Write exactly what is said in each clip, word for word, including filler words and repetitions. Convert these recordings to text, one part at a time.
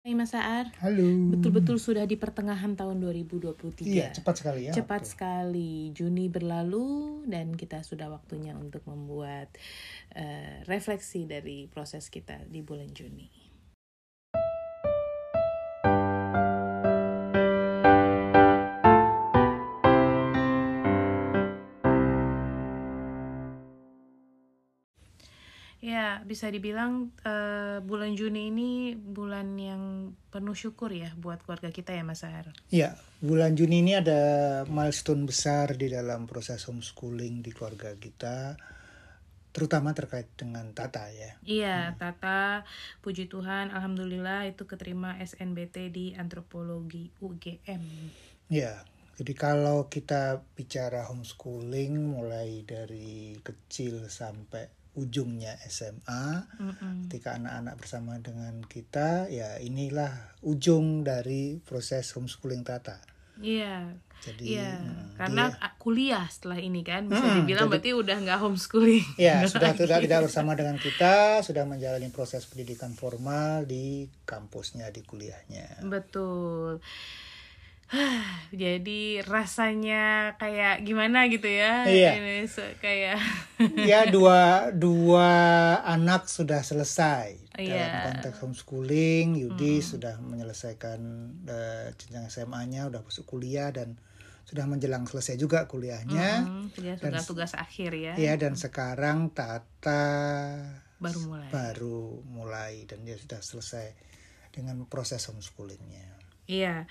Hai Mas Aar, Halo. betul-betul sudah di pertengahan tahun dua ribu dua puluh tiga. Iya, cepat sekali ya. Cepat waktu. sekali, Juni berlalu dan kita sudah waktunya untuk membuat uh, refleksi dari proses kita di bulan Juni. Ya, bisa dibilang uh, bulan Juni ini bulan yang penuh syukur ya buat keluarga kita ya Mas Aar. Iya, bulan Juni ini ada milestone besar di dalam proses homeschooling di keluarga kita, terutama terkait dengan Tata ya. Iya, hmm. Tata, puji Tuhan, alhamdulillah itu keterima S N B T di antropologi U G M. Iya, jadi kalau kita bicara homeschooling mulai dari kecil sampai ujungnya S M A, Mm-mm. ketika anak-anak bersama dengan kita, ya inilah ujung dari proses homeschooling Tata. Iya. Jadi, iya, hmm, karena dia, kuliah setelah ini kan bisa hmm, dibilang jadi, berarti udah nggak homeschooling. Ya, sudah sudah tidak bersama dengan kita, sudah menjalani proses pendidikan formal di kampusnya, di kuliahnya. Betul. Jadi rasanya kayak gimana gitu ya? Iya. Ini kayak ya dua dua anak sudah selesai iya. dalam konteks homeschooling. Yudi hmm. sudah menyelesaikan uh, jenjang S M A-nya, udah masuk kuliah dan sudah menjelang selesai juga kuliahnya. Hmm, ya, sudah dan, tugas akhir ya. Iya, dan sekarang Tata baru mulai. Baru mulai dan dia sudah selesai dengan proses homeschoolingnya. Iya.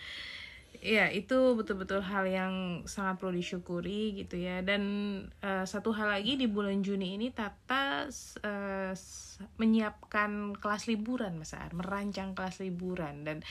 Ya, itu betul-betul hal yang sangat perlu disyukuri gitu ya. Dan uh, satu hal lagi di bulan Juni ini Tata uh, menyiapkan kelas liburan Mas Aar, merancang kelas liburan dan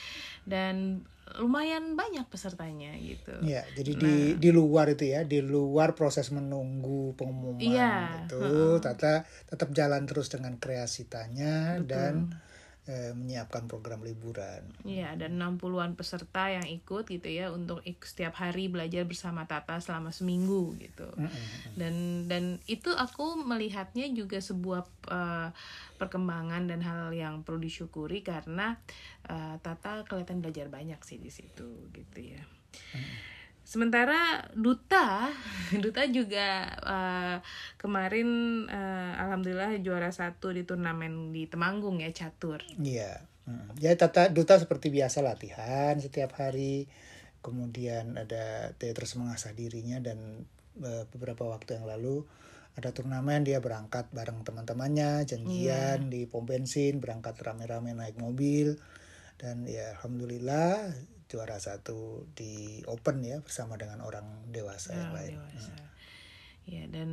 dan lumayan banyak pesertanya gitu. Ya, jadi nah, di di luar itu ya, di luar proses menunggu pengumuman iya, itu, uh-uh. Tata tetap jalan terus dengan kreasi Tanya dan eh, menyiapkan program liburan. Iya, ada enam puluhan peserta yang ikut gitu ya untuk ik- setiap hari belajar bersama Tata selama seminggu gitu. Mm-hmm. Dan dan itu aku melihatnya juga sebuah uh, perkembangan dan hal yang perlu disyukuri karena uh, Tata kelihatan belajar banyak sih di situ gitu ya. Mm-hmm. Sementara Duta, Duta juga uh, kemarin uh, alhamdulillah juara satu di turnamen di Temanggung ya, catur. Iya, ya Tata Duta seperti biasa latihan setiap hari, kemudian ada dia terus mengasah dirinya dan uh, beberapa waktu yang lalu ada turnamen dia berangkat bareng teman-temannya, janjian iya. di pom bensin, berangkat rame-rame naik mobil dan ya alhamdulillah juara satu di open ya bersama dengan orang dewasa yang lain. Dewasa. Hmm. Ya, dan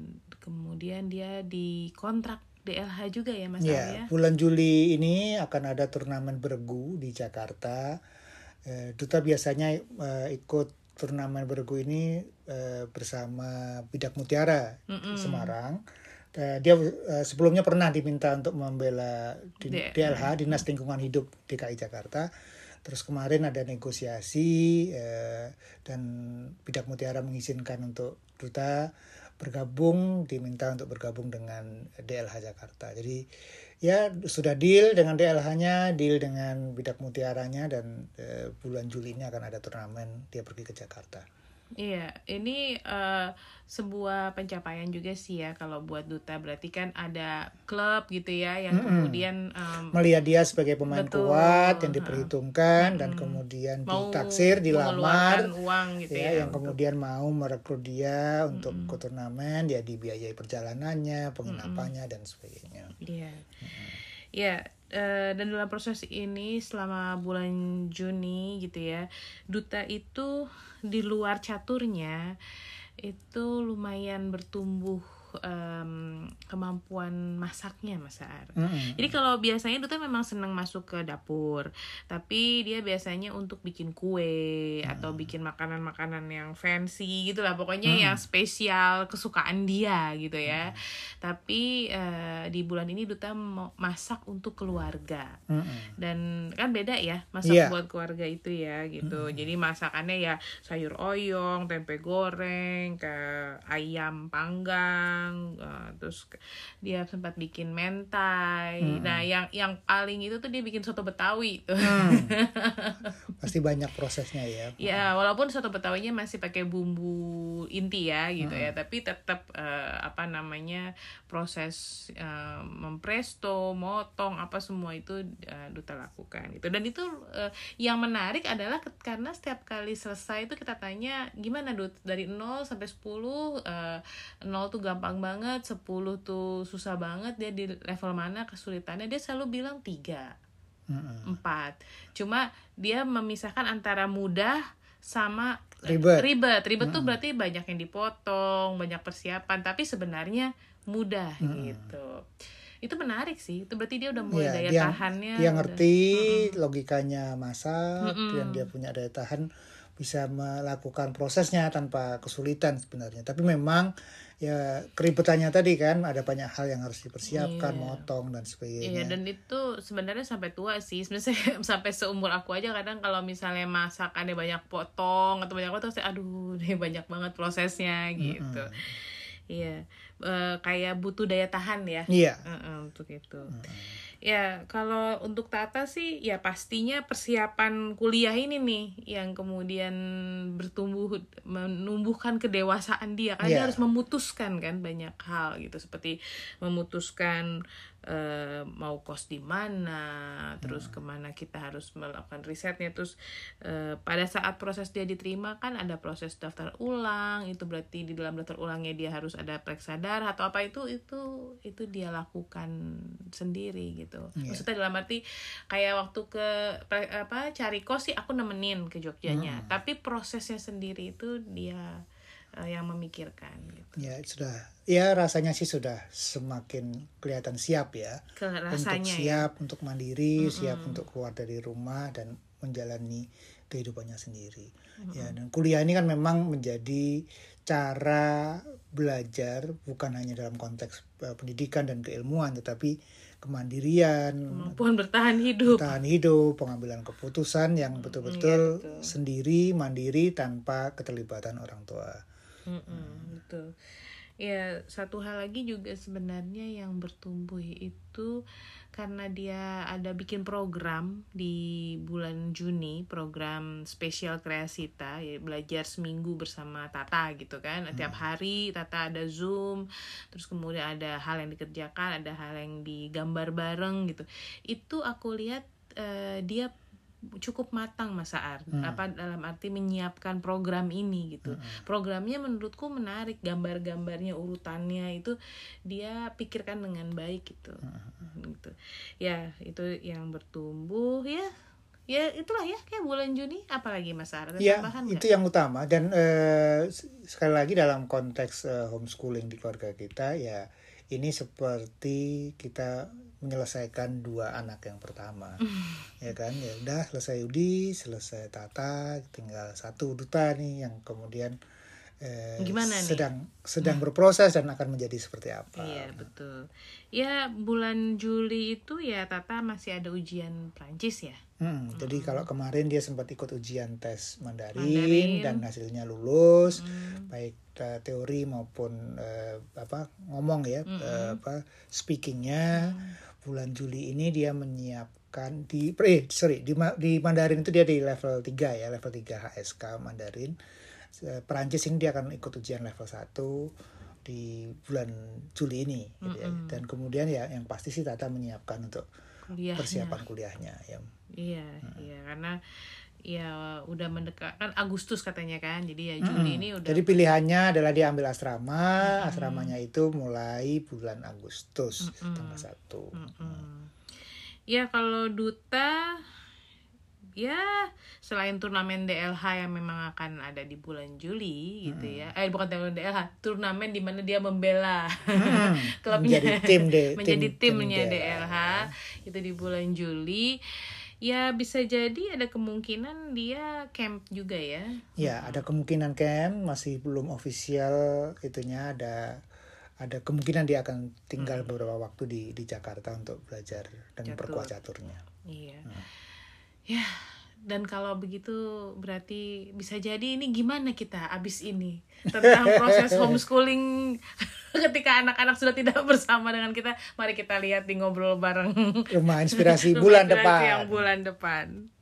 kemudian dia dikontrak D L H juga ya Mas ya, ya. Bulan Juli ini akan ada turnamen bergu di Jakarta. Eh, Duta biasanya eh, ikut turnamen bergu ini eh, bersama Bidak Mutiara Mm-mm. Semarang. Uh, dia uh, sebelumnya pernah diminta untuk membela di, D L H Dinas Lingkungan Hidup D K I Jakarta. Terus kemarin ada negosiasi eh, dan Bidak Mutiara mengizinkan untuk Duta bergabung, diminta untuk bergabung dengan D L H Jakarta. Jadi ya sudah deal dengan D L H-nya, deal dengan Bidak Mutiaranya dan eh, bulan Juli ini akan ada turnamen dia pergi ke Jakarta. Iya, ini uh, sebuah pencapaian juga sih ya kalau buat Duta, berarti kan ada klub gitu ya yang mm-hmm. kemudian um, melihat dia sebagai pemain betul, kuat yang diperhitungkan mm-hmm. dan kemudian mau ditaksir, dilamar uang gitu ya, ya yang untuk... kemudian mau merekrut dia untuk mm-hmm. ke turnamen, dia dibiayai perjalanannya, penginapannya mm-hmm. dan sebagainya. Iya. Mm-hmm. Ya, uh, dan dalam proses ini selama bulan Juni gitu ya, Duta itu di luar caturnya itu lumayan bertumbuh um, kemampuan masaknya Mas Aar. Mm-hmm. Jadi kalau biasanya Duta memang senang masuk ke dapur, tapi dia biasanya untuk bikin kue mm-hmm. atau bikin makanan-makanan yang fancy gitulah, pokoknya mm-hmm. yang spesial kesukaan dia gitu ya. Mm-hmm. Tapi uh, di bulan ini Duta mau masak untuk keluarga. Mm-hmm. Dan kan beda ya masak yeah. buat keluarga itu ya gitu. Mm-hmm. Jadi masakannya ya sayur oyong, tempe goreng, ke ayam panggang tulang, uh, terus dia sempat bikin mentai. Hmm. Nah, yang yang paling itu tuh dia bikin soto Betawi tuh. Hmm. Pasti banyak prosesnya ya. Ya, walaupun soto Betawinya masih pakai bumbu inti ya gitu hmm. ya, tapi tetap uh, apa namanya proses uh, mempresto, motong apa semua itu uh, Duta lakukan gitu. Dan itu uh, yang menarik adalah karena setiap kali selesai itu kita tanya gimana Dut dari nol sampai sepuluh, uh, nol tuh gampang banget, sepuluh tuh susah banget, dia di level mana kesulitannya, dia selalu bilang tiga, empat. Cuma dia memisahkan antara mudah sama ribet. Ribet, ribet mm-hmm. tuh berarti banyak yang dipotong, banyak persiapan, tapi sebenarnya mudah mm-hmm. gitu. Itu menarik sih. Itu berarti dia udah mulai ya, daya dia, tahannya. Dia ngerti udah, logikanya masak mm-hmm. dan dia punya daya tahan, bisa melakukan prosesnya tanpa kesulitan sebenarnya. Tapi memang ya keribetannya tadi kan, ada banyak hal yang harus dipersiapkan, yeah. motong dan sebagainya. Iya, dan itu sebenarnya sampai tua sih. Sebenarnya sampai seumur aku aja kadang kalau misalnya masak ada banyak potong atau banyak potong, saya aduh, ini banyak banget prosesnya gitu. Mm-hmm. Iya, uh, kayak butuh daya tahan ya. Iya. Uh-uh, untuk itu. Mm-hmm. Ya, kalau untuk Tata sih ya pastinya persiapan kuliah ini nih yang kemudian bertumbuh, menumbuhkan kedewasaan dia. Karena yeah. dia harus memutuskan kan banyak hal gitu, seperti memutuskan uh, mau kos di mana, terus hmm. kemana kita harus melakukan risetnya, terus uh, pada saat proses dia diterima kan ada proses daftar ulang, itu berarti di dalam daftar ulangnya dia harus ada Pleksadar atau apa itu itu itu dia lakukan sendiri gitu. Yeah. Maksudnya dalam arti kayak waktu ke apa cari kos sih aku nemenin ke Jogjanya, hmm. tapi prosesnya sendiri itu dia uh, yang memikirkan gitu. Ya sudah, ya rasanya sih sudah semakin kelihatan siap ya. Rasanya, untuk siap, ya. untuk mandiri, mm-hmm. siap untuk keluar dari rumah dan menjalani kehidupannya sendiri. Mm-hmm. Ya, dan kuliah ini kan memang menjadi cara belajar bukan hanya dalam konteks uh, pendidikan dan keilmuan, tetapi kemandirian, kemampuan bertahan hidup, bertahan hidup, pengambilan keputusan yang betul-betul ya, betul. sendiri, mandiri tanpa keterlibatan orang tua. Hmm. Betul. Ya, satu hal lagi juga sebenarnya yang bertumbuh itu karena dia ada bikin program di bulan Juni, program spesial Kreasita, ya, belajar seminggu bersama Tata gitu kan. Hmm. Tiap hari Tata ada Zoom, terus kemudian ada hal yang dikerjakan, ada hal yang digambar bareng gitu. Itu aku lihat uh, dia cukup matang Mas Aar, hmm. apa dalam arti menyiapkan program ini gitu. Hmm. Programnya menurutku menarik, gambar-gambarnya, urutannya itu dia pikirkan dengan baik gitu. Hmm. Gitu. Ya, itu yang bertumbuh ya. Ya itulah ya kayak bulan Juni, apalagi Mas Aar? Ya, itu gak? Yang utama dan uh, sekali lagi dalam konteks uh, homeschooling di keluarga kita ya, ini seperti kita menyelesaikan dua anak yang pertama, mm. ya kan, ya udah selesai Yudi, selesai Tata, tinggal satu Duta nih yang kemudian eh, sedang nih? sedang berproses dan akan menjadi seperti apa. Iya betul. Ya bulan Juli itu ya Tata masih ada ujian Prancis ya. Hmm, mm. Jadi kalau kemarin dia sempat ikut ujian tes Mandarin, Mandarin. dan hasilnya lulus, mm. baik teori maupun uh, apa ngomong ya, mm-hmm. uh, apa speakingnya. Mm. Bulan Juli ini dia menyiapkan di eh sorry di di Mandarin itu dia di level tiga ya, level tiga H S K Mandarin. Perancis ini dia akan ikut ujian level satu di bulan Juli ini gitu mm-hmm. ya. Dan kemudian ya yang pasti sih Tata menyiapkan untuk kuliahnya. Persiapan kuliahnya ya. Iya, hmm. iya karena ya udah mendekat kan Agustus katanya kan, jadi ya Juli hmm. ini udah. Jadi pilihannya adalah dia ambil asrama, hmm. asramanya itu mulai bulan Agustus hmm. tanggal satu. Hmm. Hmm. Ya kalau Duta ya selain turnamen D L H yang memang akan ada di bulan Juli gitu hmm. ya, eh bukan turnamen D L H, turnamen di mana dia membela hmm. klubnya, menjadi tim de, menjadi tim, timnya tim D L H itu di bulan Juli. Ya bisa jadi ada kemungkinan dia camp juga ya. Ya ada kemungkinan camp, masih belum official itunya, ada ada kemungkinan dia akan tinggal hmm. beberapa waktu di di Jakarta untuk belajar dan memperkuat caturnya. Iya. Hmm. Ya dan kalau begitu berarti bisa jadi ini gimana kita abis ini tentang proses homeschooling ketika anak-anak sudah tidak bersama dengan kita, mari kita lihat di ngobrol bareng Rumah Inspirasi Rumah bulan Inspirasi depan. yang bulan depan.